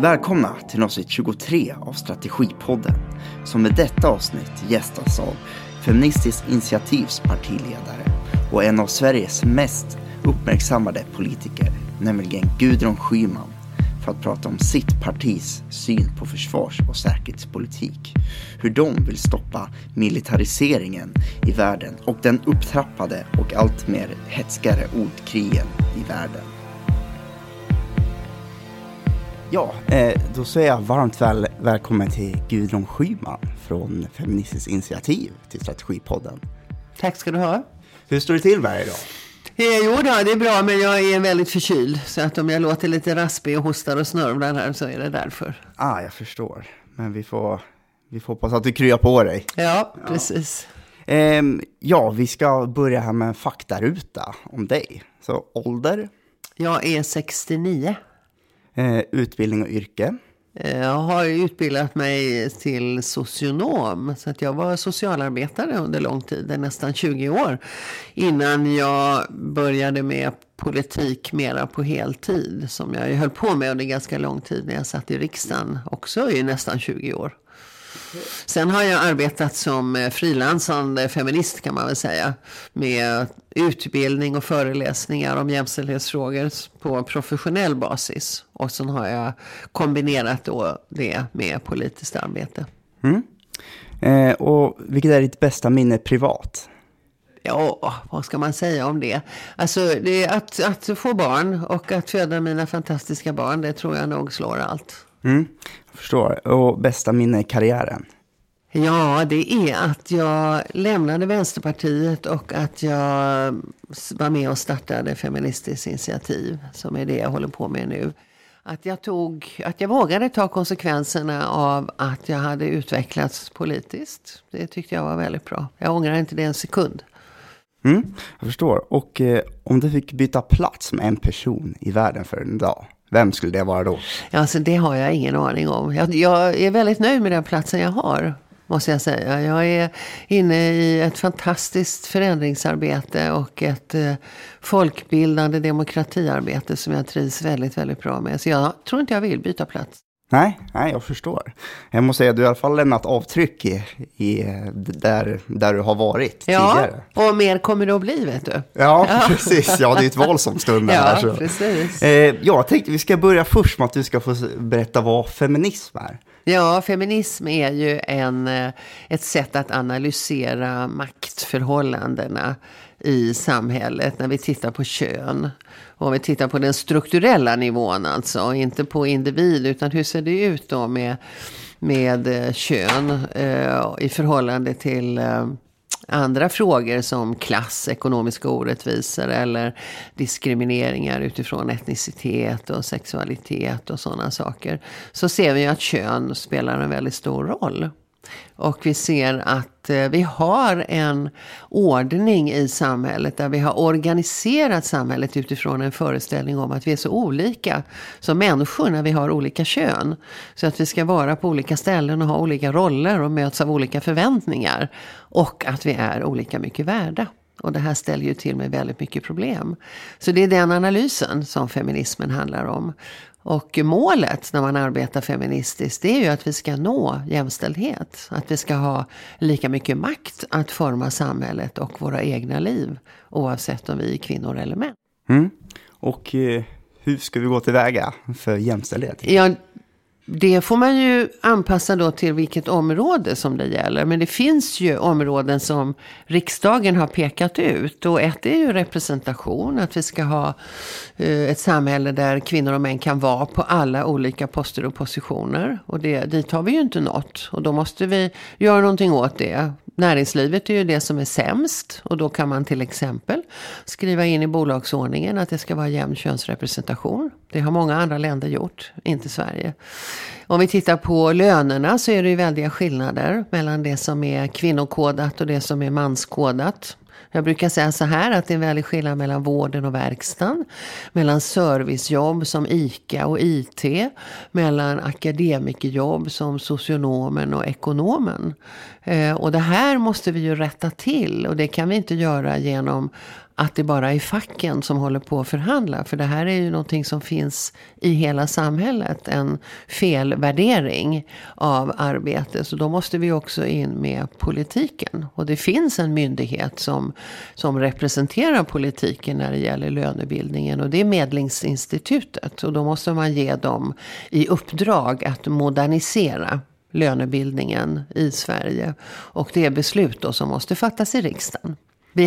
Välkomna till avsnitt 23 av Strategipodden, som med detta avsnitt gästas av Feministiskt initiativs partiledare och en av Sveriges mest uppmärksammade politiker, nämligen Gudrun Schyman, för att prata om sitt partis syn på försvars- och säkerhetspolitik, hur de vill stoppa militariseringen i världen och den upptrappade och allt mer hetskare ordkrigen i världen. Ja, då säger jag varmt välkommen till Gudrun Schyman från Feministiskt initiativ till Strategipodden. Tack ska du ha. Hur står det till med dig idag? Jo då, det är bra, men jag är väldigt förkyld. Så att om jag låter lite raspig och hostar och snörvlar här så är det därför. Jag förstår. Men vi får hoppas att du kryar på dig. Ja, precis. Vi ska börja här med en faktaruta om dig. Så ålder? Jag är 69. Utbildning och yrke? Jag har utbildat mig till socionom, så att jag var socialarbetare under lång tid, nästan 20 år, innan jag började med politik mera på heltid, som jag höll på med under ganska lång tid när jag satt i riksdagen, också i nästan 20 år. Sen har jag arbetat som frilansande feminist, kan man väl säga, med utbildning och föreläsningar om jämställdhetsfrågor på professionell basis. Och sen har jag kombinerat då det med politiskt arbete. Och vilket är ditt bästa minne privat? Ja, vad ska man säga om det? Alltså, det är att få barn och att föda mina fantastiska barn, det tror jag nog slår allt. Jag förstår. Och bästa minne i karriären? Ja, det är att jag lämnade Vänsterpartiet och att jag var med och startade Feministiskt initiativ, som är det jag håller på med nu. Att jag vågade ta konsekvenserna av att jag hade utvecklats politiskt. Det tyckte jag var väldigt bra. Jag ångrar inte det en sekund. Jag förstår. Och om du fick byta plats med en person i världen för en dag, vem skulle det vara då? Alltså, det har jag ingen aning om. Jag är väldigt nöjd med den platsen jag har, måste jag säga. Jag är inne i ett fantastiskt förändringsarbete och ett folkbildande demokratiarbete som jag trivs väldigt, väldigt bra med. Så jag tror inte jag vill byta plats. Nej, jag förstår. Jag måste säga att du i alla fall lämnat avtryck i där du har varit tidigare. Ja, och mer kommer det att bli, vet du. Ja, precis. Ja, det är ett val som stundar här. Så. Precis. Jag tänkte vi ska börja först med att du ska få berätta vad feminism är. Ja, feminism är ju ett sätt att analysera maktförhållandena i samhället när vi tittar på kön. Och vi tittar på den strukturella nivån, alltså inte på individ, utan hur ser det ut då med kön i förhållande till andra frågor som klass, ekonomiska orättvisor eller diskrimineringar utifrån etnicitet och sexualitet och sådana saker. Så ser vi att kön spelar en väldigt stor roll. Och vi ser att vi har en ordning i samhället där vi har organiserat samhället utifrån en föreställning om att vi är så olika som människor när vi har olika kön. Så att vi ska vara på olika ställen och ha olika roller och möts av olika förväntningar. Och att vi är olika mycket värda. Och det här ställer ju till med väldigt mycket problem. Så det är den analysen som feminismen handlar om. Och målet när man arbetar feministiskt, det är ju att vi ska nå jämställdhet. Att vi ska ha lika mycket makt att forma samhället och våra egna liv. Oavsett om vi är kvinnor eller män. Och hur ska vi gå tillväga för jämställdhet? Ja, det får man ju anpassa då till vilket område som det gäller. Men det finns ju områden som riksdagen har pekat ut. Och ett är ju representation. Att vi ska ha ett samhälle där kvinnor och män kan vara på alla olika poster och positioner. Och dit har vi ju inte nått. Och då måste vi göra någonting åt det. Näringslivet är ju det som är sämst. Och då kan man till exempel skriva in i bolagsordningen att det ska vara jämn könsrepresentation. Det har många andra länder gjort, inte Sverige. Om vi tittar på lönerna så är det ju väldiga skillnader mellan det som är kvinnokodat och det som är manskodat. Jag brukar säga så här att det är en väldig skillnad mellan vården och verkstaden, mellan servicejobb som ICA och IT, mellan akademikerjobb som socionomen och ekonomen. Och det här måste vi ju rätta till, och det kan vi inte göra genom att det bara är facken som håller på att förhandla. För det här är ju någonting som finns i hela samhället. En felvärdering av arbete. Så då måste vi också in med politiken. Och det finns en myndighet som representerar politiken när det gäller lönebildningen. Och det är Medlingsinstitutet. Och då måste man ge dem i uppdrag att modernisera lönebildningen i Sverige. Och det är beslut då som måste fattas i riksdagen.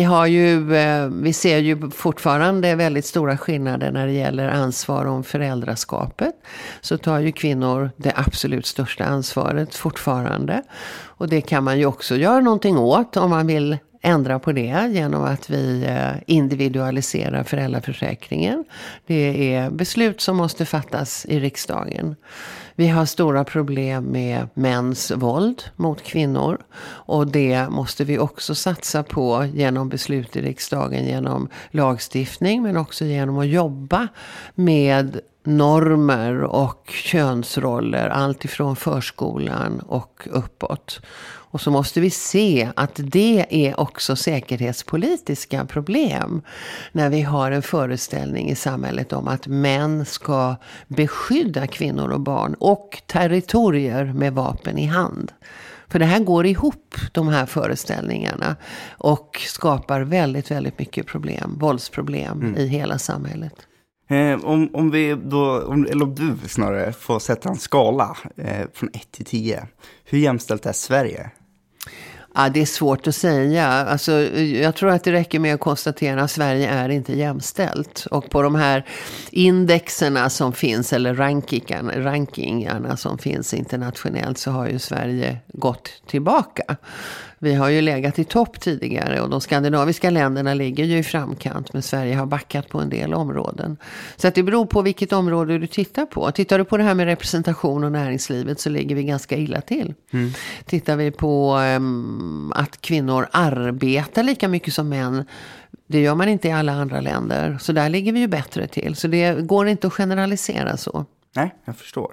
Vi ser ju fortfarande väldigt stora skillnader när det gäller ansvar om föräldraskapet. Så tar ju kvinnor det absolut största ansvaret fortfarande. Och det kan man ju också göra någonting åt om man vill ändra på det genom att vi individualiserar föräldraförsäkringen. Det är beslut som måste fattas i riksdagen. Vi har stora problem med mäns våld mot kvinnor och det måste vi också satsa på genom beslut i riksdagen, genom lagstiftning men också genom att jobba med normer och könsroller, allt ifrån förskolan och uppåt. Och så måste vi se att det är också säkerhetspolitiska problem när vi har en föreställning i samhället om att män ska beskydda kvinnor och barn och territorier med vapen i hand. För det här går ihop, de här föreställningarna, och skapar väldigt, väldigt mycket problem, våldsproblem i hela samhället. Om du snarare får sätta en skala från 1 till 10. Hur jämställt är Sverige? Ja, det är svårt att säga. Alltså, jag tror att det räcker med att konstatera att Sverige är inte jämställt. Och på de här indexerna som finns, eller rankingarna som finns internationellt, så har ju Sverige gått tillbaka. Vi har ju legat i topp tidigare och de skandinaviska länderna ligger ju i framkant, men Sverige har backat på en del områden. Så att det beror på vilket område du tittar på. Tittar du på det här med representation och näringslivet så ligger vi ganska illa till. Tittar vi på att kvinnor arbetar lika mycket som män, det gör man inte i alla andra länder. Så där ligger vi ju bättre till. Så det går inte att generalisera så. Nej, jag förstår.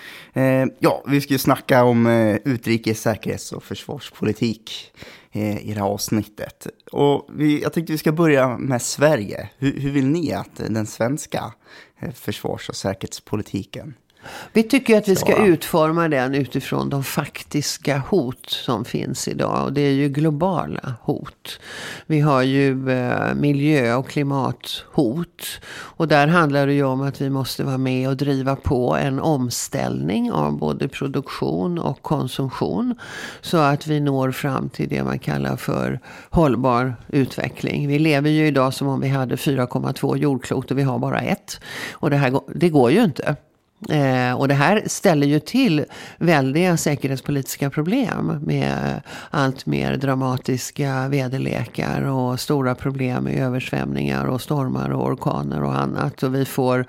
Vi ska ju snacka om utrikes-, säkerhets- och försvarspolitik i det här avsnittet. Och jag tänkte vi ska börja med Sverige. Hur vill ni att den svenska försvars- och säkerhetspolitiken? Vi tycker att vi ska utforma den utifrån de faktiska hot som finns idag. Och det är ju globala hot. Vi har ju miljö- och klimathot. Och där handlar det ju om att vi måste vara med och driva på en omställning av både produktion och konsumtion. Så att vi når fram till det man kallar för hållbar utveckling. Vi lever ju idag som om vi hade 4,2 jordklot och vi har bara ett. Och det går ju inte. Och det här ställer ju till väldiga säkerhetspolitiska problem med allt mer dramatiska väderlekar och stora problem med översvämningar och stormar och orkaner och annat. Och vi får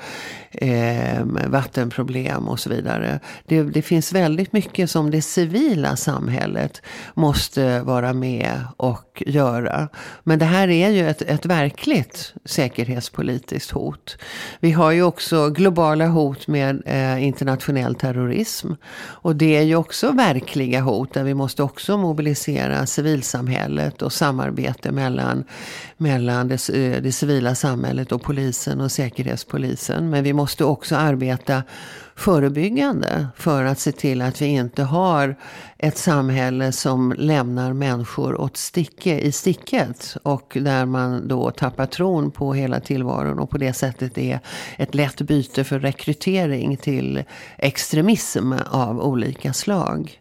vattenproblem och så vidare. Det finns väldigt mycket som det civila samhället måste vara med och göra. Men det här är ju ett verkligt säkerhetspolitiskt hot. Vi har ju också globala hot med internationell terrorism. Och det är ju också verkliga hot där vi måste också mobilisera civilsamhället och samarbete mellan det civila samhället och polisen och säkerhetspolisen. Men vi måste också arbeta förebyggande för att se till att vi inte har ett samhälle som lämnar människor i sticket och där man då tappar tron på hela tillvaron och på det sättet är ett lätt byte för rekrytering till extremism av olika slag.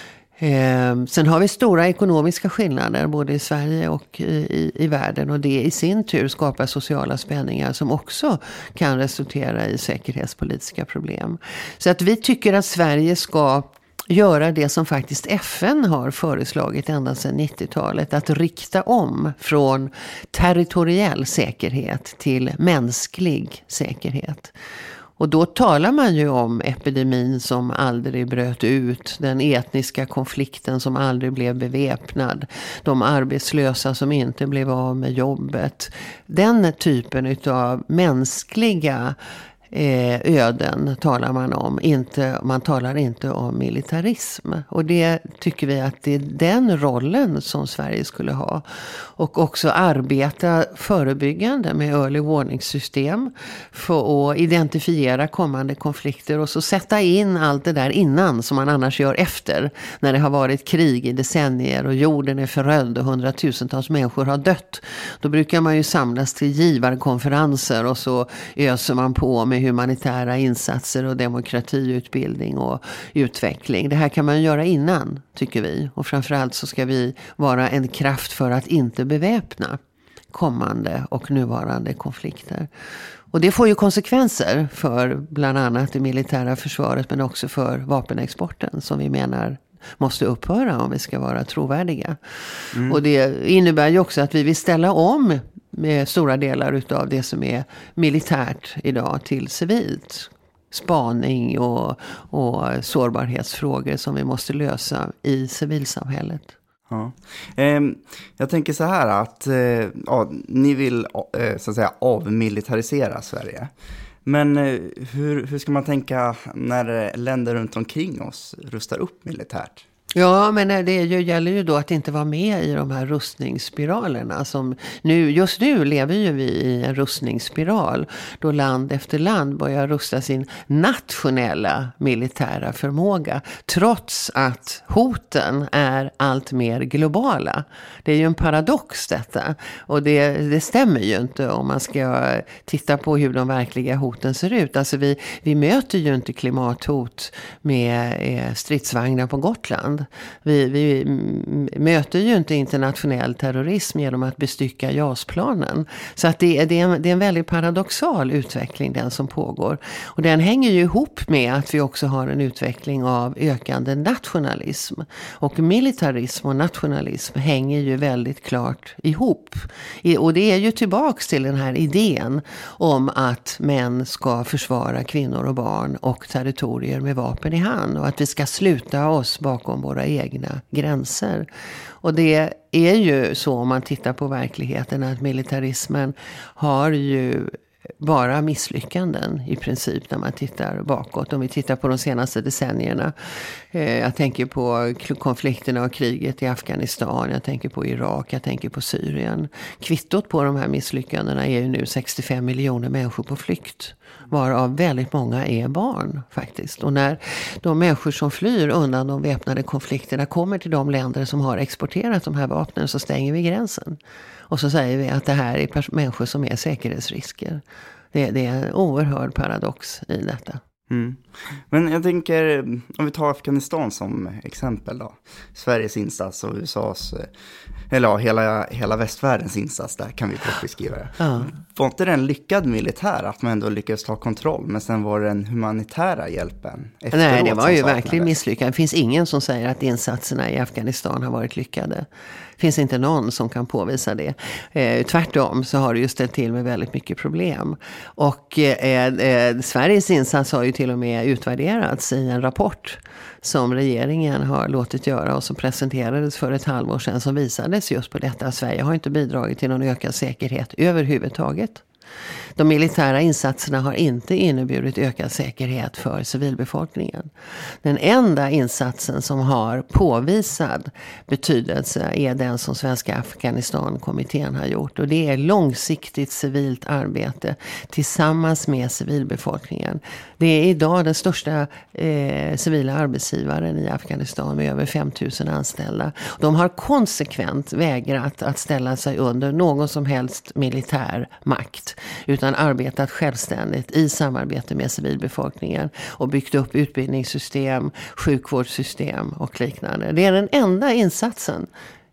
Sen har vi stora ekonomiska skillnader både i Sverige och i världen och det i sin tur skapar sociala spänningar som också kan resultera i säkerhetspolitiska problem. Så att vi tycker att Sverige ska göra det som faktiskt FN har föreslagit ända sedan 90-talet, att rikta om från territoriell säkerhet till mänsklig säkerhet. Och då talar man ju om epidemin som aldrig bröt ut, den etniska konflikten som aldrig blev beväpnad, de arbetslösa som inte blev av med jobbet. Den typen av mänskliga öden talar man om. Man talar inte om militarism. Och det tycker vi att det är den rollen som Sverige skulle ha. Och också arbeta förebyggande med early warning-system för att identifiera kommande konflikter och så sätta in allt det där innan som man annars gör efter. När det har varit krig i decennier och jorden är förrödd och hundratusentals människor har dött. Då brukar man ju samlas till givarkonferenser och så öser man på med humanitära insatser och demokratiutbildning och utveckling. Det här kan man göra innan, tycker vi. Och framförallt så ska vi vara en kraft för att inte beväpna kommande och nuvarande konflikter. Och det får ju konsekvenser för bland annat det militära försvaret men också för vapenexporten som vi menar måste upphöra om vi ska vara trovärdiga. Och det innebär ju också att vi vill ställa om med stora delar utav det som är militärt idag till civilt. Spaning och sårbarhetsfrågor som vi måste lösa i civilsamhället. Ja. Jag tänker så här att ni vill så att säga avmilitarisera Sverige. Men hur ska man tänka när länder runt omkring oss rustar upp militärt? Ja, men det gäller ju då att inte vara med i de här rustningsspiralerna som just nu lever ju vi i en rustningsspiral då land efter land börjar rusta sin nationella militära förmåga trots att hoten är allt mer globala. Det är ju en paradox detta och det stämmer ju inte om man ska titta på hur de verkliga hoten ser ut. Alltså vi möter ju inte klimathot med stridsvagnar på Gotland. Vi möter ju inte internationell terrorism genom att bestycka JAS-planen. Så att det är en väldigt paradoxal utveckling den som pågår. Och den hänger ju ihop med att vi också har en utveckling av ökande nationalism. Och militarism och nationalism hänger ju väldigt klart ihop. Och det är ju tillbaks till den här idén om att män ska försvara kvinnor och barn och territorier med vapen i hand. Och att vi ska sluta oss bakom våra egna gränser. Och det är ju så om man tittar på verkligheten att militarismen har ju bara misslyckanden i princip när man tittar bakåt. Om vi tittar på de senaste decennierna. Jag tänker på konflikterna och kriget i Afghanistan. Jag tänker på Irak. Jag tänker på Syrien. Kvittot på de här misslyckandena är ju nu 65 miljoner människor på flykt. Varav väldigt många är barn faktiskt. Och när de människor som flyr undan de väpnade konflikterna kommer till de länder som har exporterat de här vapnen så stänger vi gränsen. Och så säger vi att det här är människor som är säkerhetsrisker. Det är en oerhörd paradox i detta. Mm. Men jag tänker, om vi tar Afghanistan som exempel då. Sveriges insats och USAs, eller ja, hela västvärldens insats där kan vi kort beskriva det. Ja. Var inte det en lyckad militär att man ändå lyckades ta kontroll, men sen var det den humanitära hjälpen efteråt? Nej, det var ju verkligen misslyckat. Det finns ingen som säger att insatserna i Afghanistan har varit lyckade. Det finns inte någon som kan påvisa det. Tvärtom så har det ju ställt till med väldigt mycket problem. Och Sveriges insats har ju till och med utvärderats i en rapport som regeringen har låtit göra och som presenterades för ett halvår sedan som visades just på detta. Sverige har inte bidragit till någon ökad säkerhet överhuvudtaget. De militära insatserna har inte inneburit ökad säkerhet för civilbefolkningen. Den enda insatsen som har påvisad betydelse är den som Svenska Afghanistan-kommittén har gjort. Och det är långsiktigt civilt arbete tillsammans med civilbefolkningen. Det är idag den största civila arbetsgivaren i Afghanistan med över 5 000 anställda. De har konsekvent vägrat att ställa sig under någon som helst militär makt utan arbetat självständigt i samarbete med civilbefolkningen och byggt upp utbildningssystem, sjukvårdssystem och liknande. Det är den enda insatsen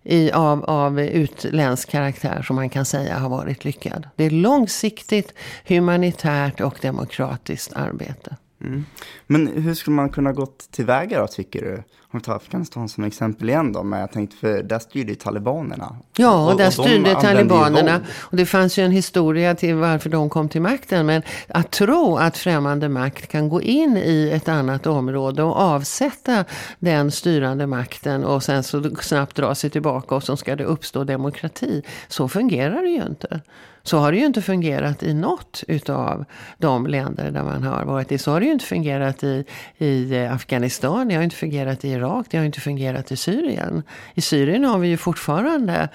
av utländsk karaktär som man kan säga har varit lyckad. Det är långsiktigt, humanitärt och demokratiskt arbete. Mm. Men hur skulle man kunna gått tillväga då, tycker du? Om vi tar Afghanistan som exempel igen då, men jag tänkte för där styrde ju talibanerna. Ja, där styrde talibanerna. Våld. Och det fanns ju en historia till varför de kom till makten. Men att tro att främmande makt kan gå in i ett annat område och avsätta den styrande makten och sen så snabbt dra sig tillbaka och så ska det uppstå demokrati. Så fungerar det ju inte. Så har det ju inte fungerat i något utav de länder där man har varit i. Så har det ju inte fungerat i Afghanistan, det har inte fungerat i Irak, det har inte fungerat i Syrien. I Syrien har vi ju fortfarande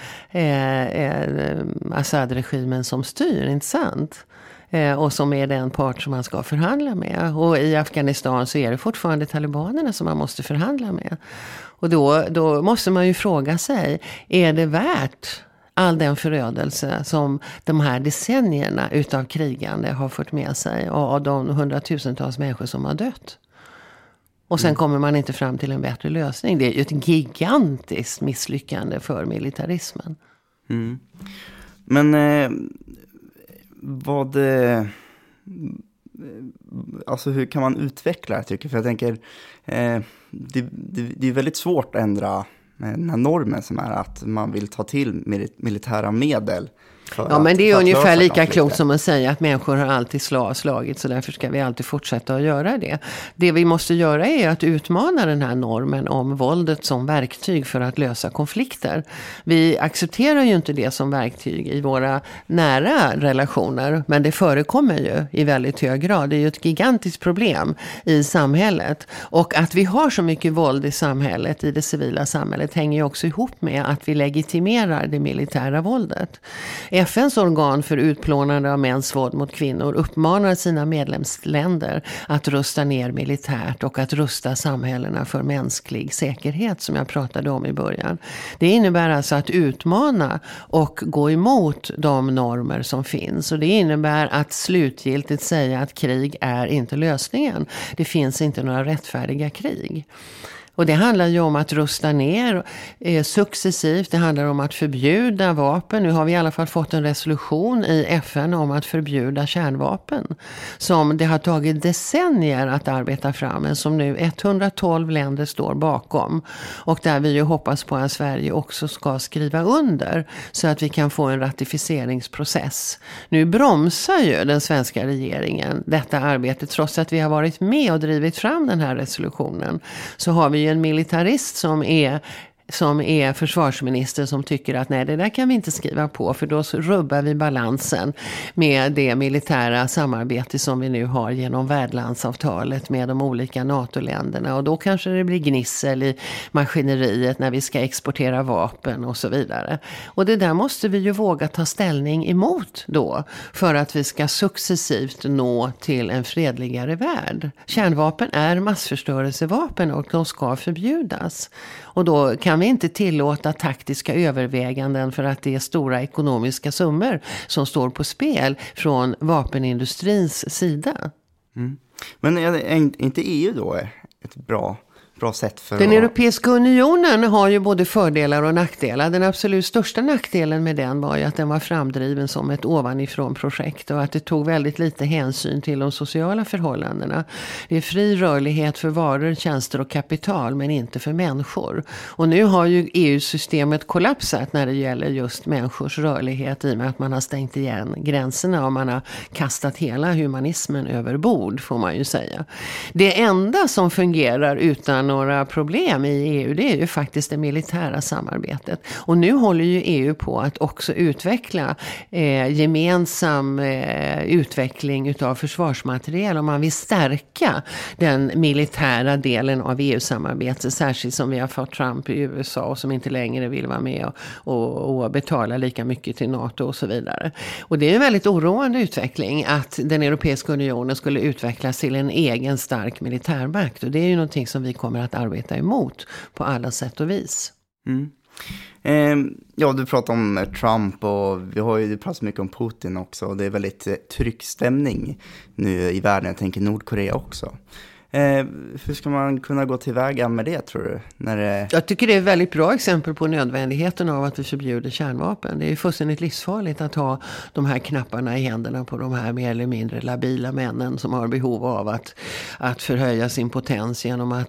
Assad-regimen som styr, inte sant? Och som är den part som man ska förhandla med. Och i Afghanistan så är det fortfarande talibanerna som man måste förhandla med. Och då måste man ju fråga sig, är det värt all den förödelse som de här decennierna utav krigande har fått med sig och de hundratusentals människor som har dött? Och sen kommer man inte fram till en bättre lösning. Det är ju ett gigantiskt misslyckande för militarismen. Mm. Men alltså hur kan man utveckla det, tycker jag? För jag tänker, det är väldigt svårt att ändra den här normen som är att man vill ta till militära medel. Ja, men det är ungefär lika klokt som att säga att människor har alltid slagit, så därför ska vi alltid fortsätta att göra det. Det vi måste göra är att utmana den här normen om våldet som verktyg för att lösa konflikter. Vi accepterar ju inte det som verktyg i våra nära relationer, men det förekommer ju i väldigt hög grad. Det är ju ett gigantiskt problem i samhället. Och att vi har så mycket våld i samhället, i det civila samhället, hänger ju också ihop med att vi legitimerar det militära våldet. FNs organ för utplånande av mäns våld mot kvinnor uppmanar sina medlemsländer att rusta ner militärt och att rusta samhällena för mänsklig säkerhet, som jag pratade om i början. Det innebär alltså att utmana och gå emot de normer som finns. Och det innebär att slutgiltigt säga att krig är inte lösningen. Det finns inte några rättfärdiga krig. Och det handlar ju om att rusta ner successivt. Det handlar om att förbjuda vapen. Nu har vi i alla fall fått en resolution i FN om att förbjuda kärnvapen. Som det har tagit decennier att arbeta fram. Men som nu 112 länder står bakom. Och där vi ju hoppas på att Sverige också ska skriva under. Så att vi kan få en ratificeringsprocess. Nu bromsar ju den svenska regeringen detta arbete. Trots att vi har varit med och drivit fram den här resolutionen. Så har vi en militarist som är försvarsminister som tycker att nej, det där kan vi inte skriva på, för då rubbar vi balansen med det militära samarbete som vi nu har genom värdlandsavtalet med de olika NATO-länderna, och då kanske det blir gnissel i maskineriet när vi ska exportera vapen och så vidare. Och det där måste vi ju våga ta ställning emot då, för att vi ska successivt nå till en fredligare värld. Kärnvapen är massförstörelsevapen och de ska förbjudas. Och då kan vi inte tillåta taktiska överväganden för att det är stora ekonomiska summor som står på spel från vapenindustrins sida. Mm. Men är inte EU då ett bra sätt för den Europeiska unionen har ju både fördelar och nackdelar. Den absolut största nackdelen med den var ju att den var framdriven som ett ovanifrån projekt och att det tog väldigt lite hänsyn till de sociala förhållandena. Det är fri rörlighet för varor, tjänster och kapital, men inte för människor. Och nu har ju EU-systemet kollapsat när det gäller just människors rörlighet, i och med att man har stängt igen gränserna och man har kastat hela humanismen över bord, får man ju säga. Det enda som fungerar utan några problem i EU, det är ju faktiskt det militära samarbetet. Och nu håller ju EU på att också utveckla gemensam utveckling utav försvarsmateriel, och man vill stärka den militära delen av EU-samarbetet, särskilt som vi har fått Trump i USA och som inte längre vill vara med och betala lika mycket till NATO och så vidare. Och det är en väldigt oroande utveckling att den Europeiska unionen skulle utvecklas till en egen stark militärmakt, och det är ju någonting som vi kommer att arbeta emot på alla sätt och vis. Ja, du pratar om Trump och vi har ju pratat mycket om Putin också, och det är väldigt tryckstämning nu i världen. Jag tänker Nordkorea också. Hur ska man kunna gå tillväga med det, tror du? Jag tycker det är ett väldigt bra exempel på nödvändigheten av att vi förbjuder kärnvapen. Det är ju fullständigt livsfarligt att ha de här knapparna i händerna på de här mer eller mindre labila männen som har behov av att förhöja sin potens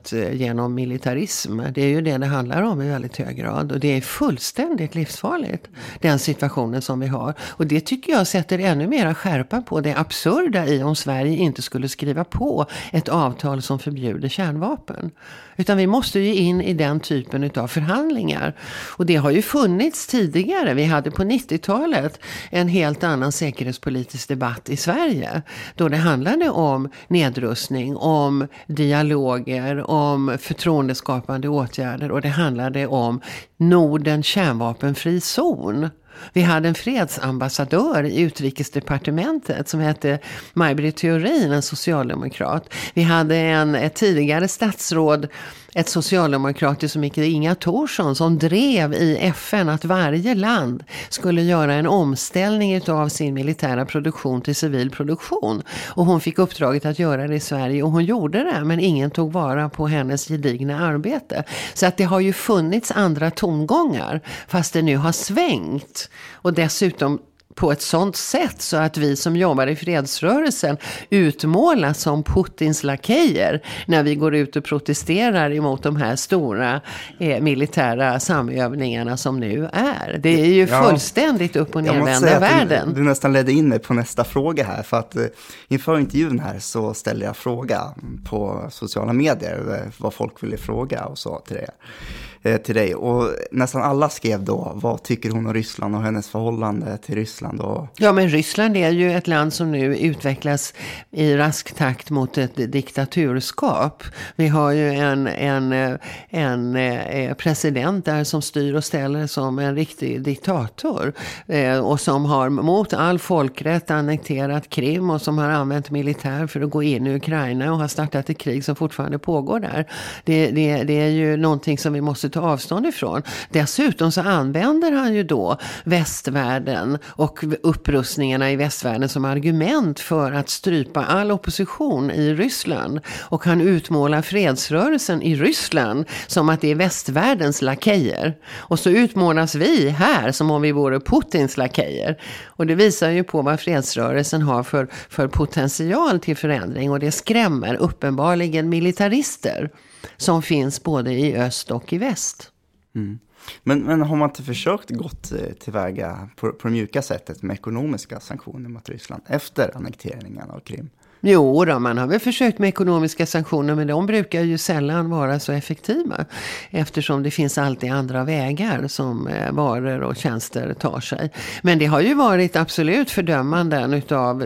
genom militarism. Det är ju det handlar om i väldigt hög grad. Och det är fullständigt livsfarligt, den situationen som vi har. Och det tycker jag sätter ännu mer skärpa på det absurda i om Sverige inte skulle skriva på ett avtal som förbjuder kärnvapen. Utan vi måste ju in i den typen av förhandlingar. Och det har ju funnits tidigare. Vi hade på 90-talet en helt annan säkerhetspolitisk debatt i Sverige. Då det handlade om nedrustning, om dialoger, om förtroendeskapande åtgärder. Och det handlade om Norden kärnvapenfri zon. Vi hade en fredsambassadör i utrikesdepartementet som hette Maj-Britt Theorin, en socialdemokrat. Vi hade ett tidigare statsråd, ett socialdemokratiskt som heter Inga Thorsson, som drev i FN att varje land skulle göra en omställning av sin militära produktion till civil produktion. Och hon fick uppdraget att göra det i Sverige och hon gjorde det, men ingen tog vara på hennes gedigna arbete. Så att det har ju funnits andra tongångar fast det nu har svängt. Och dessutom på ett sånt sätt så att vi som jobbar i fredsrörelsen utmålas som Putins lakejer när vi går ut och protesterar emot de här stora militära samövningarna som nu är. Det är ju fullständigt upp- och nervända världen. Du nästan ledde in mig på nästa fråga här, för att inför intervjun här så ställde jag fråga på sociala medier vad folk ville fråga och så till dig. Och nästan alla skrev då, vad tycker hon om Ryssland och hennes förhållande till Ryssland? Ja, men Ryssland är ju ett land som nu utvecklas i rask takt mot ett diktaturskap. Vi har ju en president där som styr och ställer som en riktig diktator och som har mot all folkrätt annekterat Krim och som har använt militär för att gå in i Ukraina och har startat ett krig som fortfarande pågår där. Det är ju någonting som vi måste ta avstånd ifrån. Dessutom så använder han ju då västvärlden och upprustningarna i västvärlden som argument för att strypa all opposition i Ryssland. Och han utmålar fredsrörelsen i Ryssland som att det är västvärldens lakejer. Och så utmålas vi här som om vi vore Putins lakejer. Och det visar ju på vad fredsrörelsen har för potential till förändring. Och det skrämmer uppenbarligen militarister som finns både i öst och i väst. Mm. Men har man inte försökt gått tillväga på det mjuka sättet med ekonomiska sanktioner mot Ryssland efter annekteringen av Krim? Jo då, man har väl försökt med ekonomiska sanktioner, men de brukar ju sällan vara så effektiva eftersom det finns alltid andra vägar som varor och tjänster tar sig. Men det har ju varit absolut fördömanden utav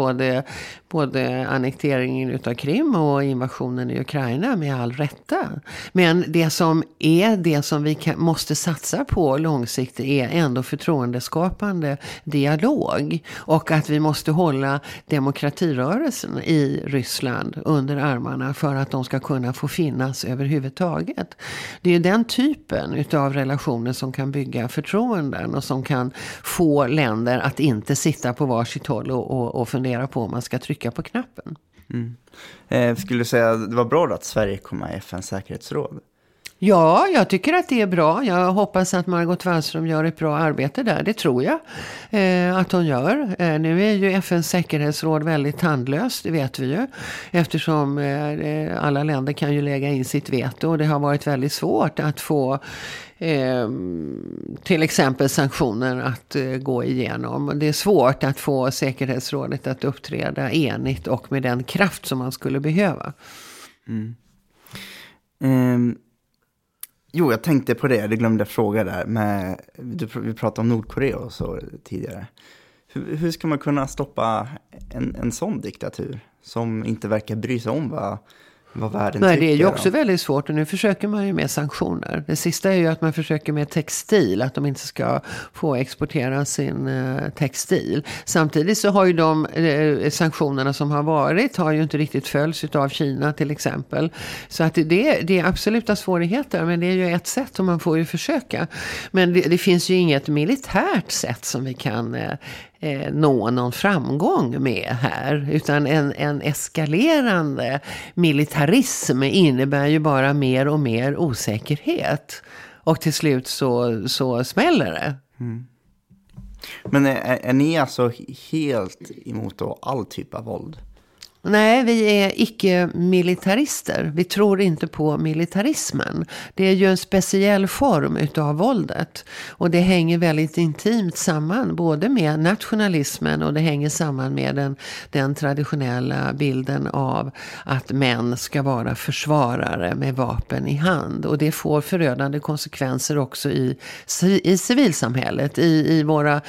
både annekteringen utav Krim och invasionen i Ukraina med all rätta. Men det som vi måste satsa på långsiktigt är ändå förtroendeskapande dialog och att vi måste hålla demokratirörelsen i Ryssland under armarna för att de ska kunna få finnas överhuvudtaget. Det är den typen utav relationer som kan bygga förtroenden och som kan få länder att inte sitta på varsitt håll och fundera på om man ska trycka på knappen. Skulle du säga att det var bra att Sverige kom med i FN:s säkerhetsråd? Ja, jag tycker att det är bra. Jag hoppas att Margot Wallström gör ett bra arbete där. Det tror jag att hon gör. Nu är ju FN:s säkerhetsråd väldigt tandlöst, det vet vi ju. Eftersom alla länder kan ju lägga in sitt veto. Och det har varit väldigt svårt att få till exempel sanktioner att gå igenom. Det är svårt att få säkerhetsrådet att uppträda enigt och med den kraft som man skulle behöva. Jo, jag tänkte på det. Du glömde fråga där. Vi pratade om Nordkorea och så tidigare. Hur ska man kunna stoppa en sån diktatur som inte verkar bry sig om vad världen tycker? Det är ju också väldigt svårt och nu försöker man ju med sanktioner. Det sista är ju att man försöker med textil, att de inte ska få exportera sin textil. Samtidigt så har ju de sanktionerna som har varit har ju inte riktigt följts av Kina till exempel. Så att det är absoluta svårigheter, men det är ju ett sätt som man får ju försöka. Men det finns ju inget militärt sätt som vi kan nå någon framgång med här. Utan en eskalerande militarism innebär ju bara mer och mer osäkerhet. Och till slut så smäller det. Mm. Men är ni alltså helt emot då all typ av våld? Nej, vi är icke-militarister. Vi tror inte på militarismen. Det är ju en speciell form utav våldet. Och det hänger väldigt intimt samman både med nationalismen och det hänger samman med den traditionella bilden av att män ska vara försvarare med vapen i hand. Och det får förödande konsekvenser också i civilsamhället, i våra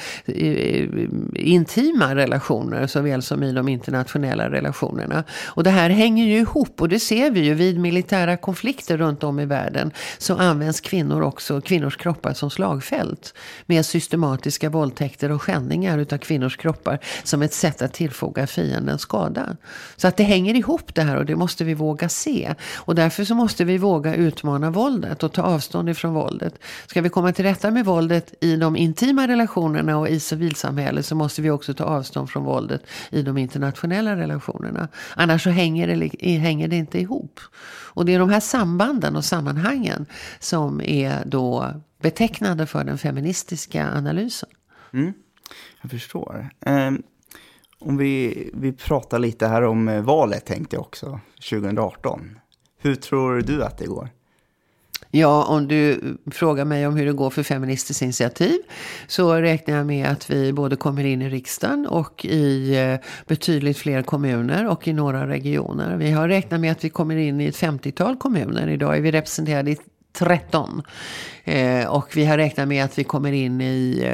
intima relationer såväl som i de internationella relationerna. Och det här hänger ju ihop och det ser vi ju vid militära konflikter runt om i världen så används kvinnors kroppar som slagfält med systematiska våldtäkter och skändningar utav kvinnors kroppar som ett sätt att tillfoga fienden skada. Så att det hänger ihop det här och det måste vi våga se. Och därför så måste vi våga utmana våldet och ta avstånd ifrån våldet. Ska vi komma till rätta med våldet i de intima relationerna och i civilsamhället så måste vi också ta avstånd från våldet i de internationella relationerna. Annars så hänger det inte ihop. Och det är de här sambanden och sammanhangen som är då betecknande för den feministiska analysen. Mm, jag förstår. Om vi pratar lite här om valet tänkte jag också, 2018. Hur tror du att det går? Ja, om du frågar mig om hur det går för Feministiskt initiativ så räknar jag med att vi både kommer in i riksdagen och i betydligt fler kommuner och i några regioner. Vi har räknat med att vi kommer in i ett 50-tal kommuner. Idag är vi representerade i 13. Och vi har räknat med att vi kommer in i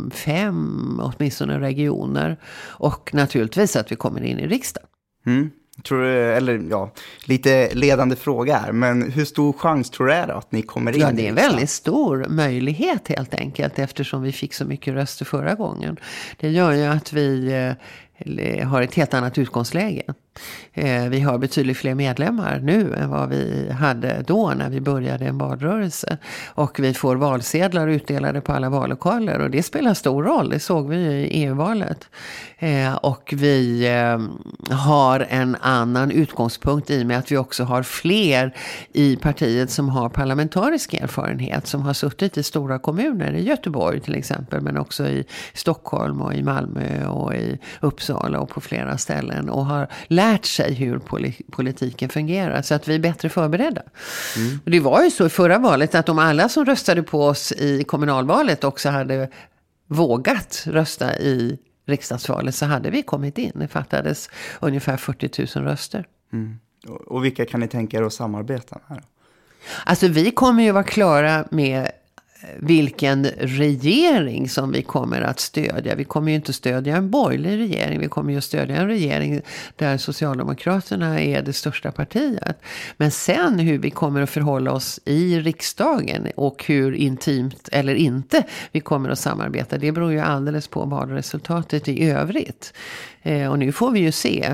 5 åtminstone regioner och naturligtvis att vi kommer in i riksdagen. Mm. Tror du, eller ja, lite ledande fråga här, men hur stor chans tror du är att ni kommer in? Ja, det är en väldigt stor möjlighet helt enkelt eftersom vi fick så mycket röster förra gången. Det gör ju att vi har ett helt annat utgångsläge. Vi har betydligt fler medlemmar nu än vad vi hade då när vi började en valrörelse. Och vi får valsedlar utdelade på alla vallokaler och det spelar stor roll. Det såg vi i EU-valet. Och vi har en annan utgångspunkt i och med att vi också har fler i partiet som har parlamentarisk erfarenhet. Som har suttit i stora kommuner, i Göteborg till exempel, men också i Stockholm och i Malmö och i Uppsala och på flera ställen. Och har lärt sig hur politiken fungerar så att vi är bättre förberedda. Mm. Och det var ju så i förra valet att om alla som röstade på oss i kommunalvalet också hade vågat rösta i riksdagsvalet så hade vi kommit in. Det fattades ungefär 40 000 röster. Mm. Och vilka kan ni tänka er att samarbeta med? Alltså vi kommer ju vara klara med vilken regering som vi kommer att stödja. Vi kommer ju inte stödja en borgerlig regering. Vi kommer ju att stödja en regering där Socialdemokraterna är det största partiet. Men sen hur vi kommer att förhålla oss i riksdagen och hur intimt eller inte vi kommer att samarbeta. Det beror ju alldeles på valresultatet i övrigt. Och nu får vi ju se.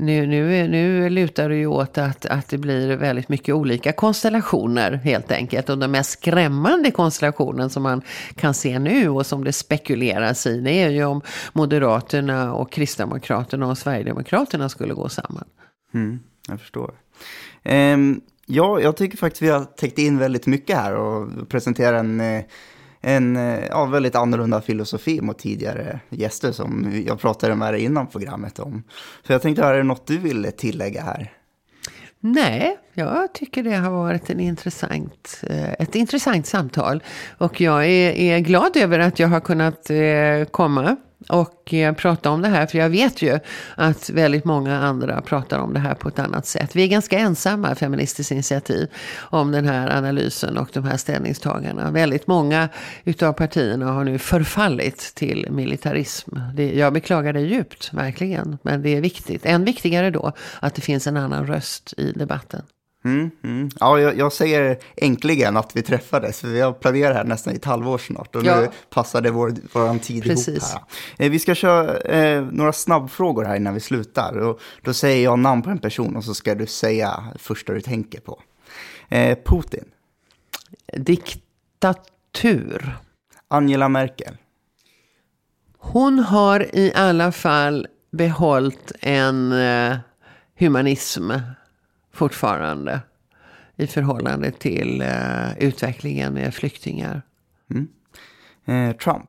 Nu lutar det ju åt att det blir väldigt mycket olika konstellationer helt enkelt. Och den mest skrämmande konstellationen som man kan se nu och som det spekuleras i det är ju om Moderaterna och Kristdemokraterna och Sverigedemokraterna skulle gå samman. Jag förstår. Ja, jag tycker faktiskt vi har täckt in väldigt mycket här och presenterat en väldigt annorlunda filosofi mot tidigare gäster som jag pratade med dig innan programmet om. Så jag tänkte, är det något du ville tillägga här? Nej, jag tycker det har varit ett intressant samtal. Och jag är glad över att jag har kunnat komma och prata om det här. För jag vet ju att väldigt många andra pratar om det här på ett annat sätt. Vi är ganska ensamma, Feministiskt initiativ, om den här analysen och de här ställningstagarna. Väldigt många utav partierna har nu förfallit till militarism. Jag beklagar det djupt, verkligen. Men det är viktigt. Än viktigare då att det finns en annan röst i debatten. Ja, jag säger äntligen att vi träffades. För vi har planerat här nästan i ett halvår snart. Och nu passade vår tid Precis. ihop här. Vi ska köra några snabbfrågor här innan vi slutar. Och då säger jag namn på en person och så ska du säga första du tänker på. Putin. Diktatur. Angela Merkel. Hon har i alla fall behållit en humanism fortfarande i förhållande till utvecklingen med flyktingar. Trump.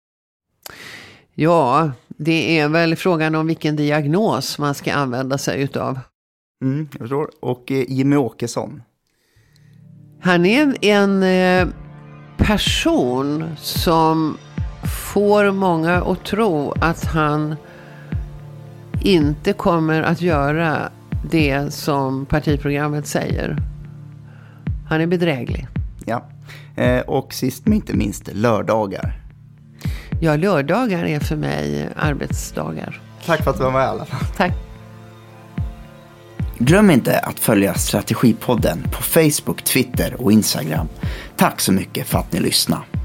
Ja, det är väl frågan om vilken diagnos man ska använda sig utav. Jag förstår. Och Jimmie Åkesson. Han är en person som får många att tro att han inte kommer att göra det som partiprogrammet säger. Han är bedräglig. Ja. Och sist men inte minst lördagar. Ja, lördagar är för mig arbetsdagar. Tack för att du var med i alla fall. Tack. Glöm inte att följa Strategipodden på Facebook, Twitter och Instagram. Tack så mycket för att ni lyssnade.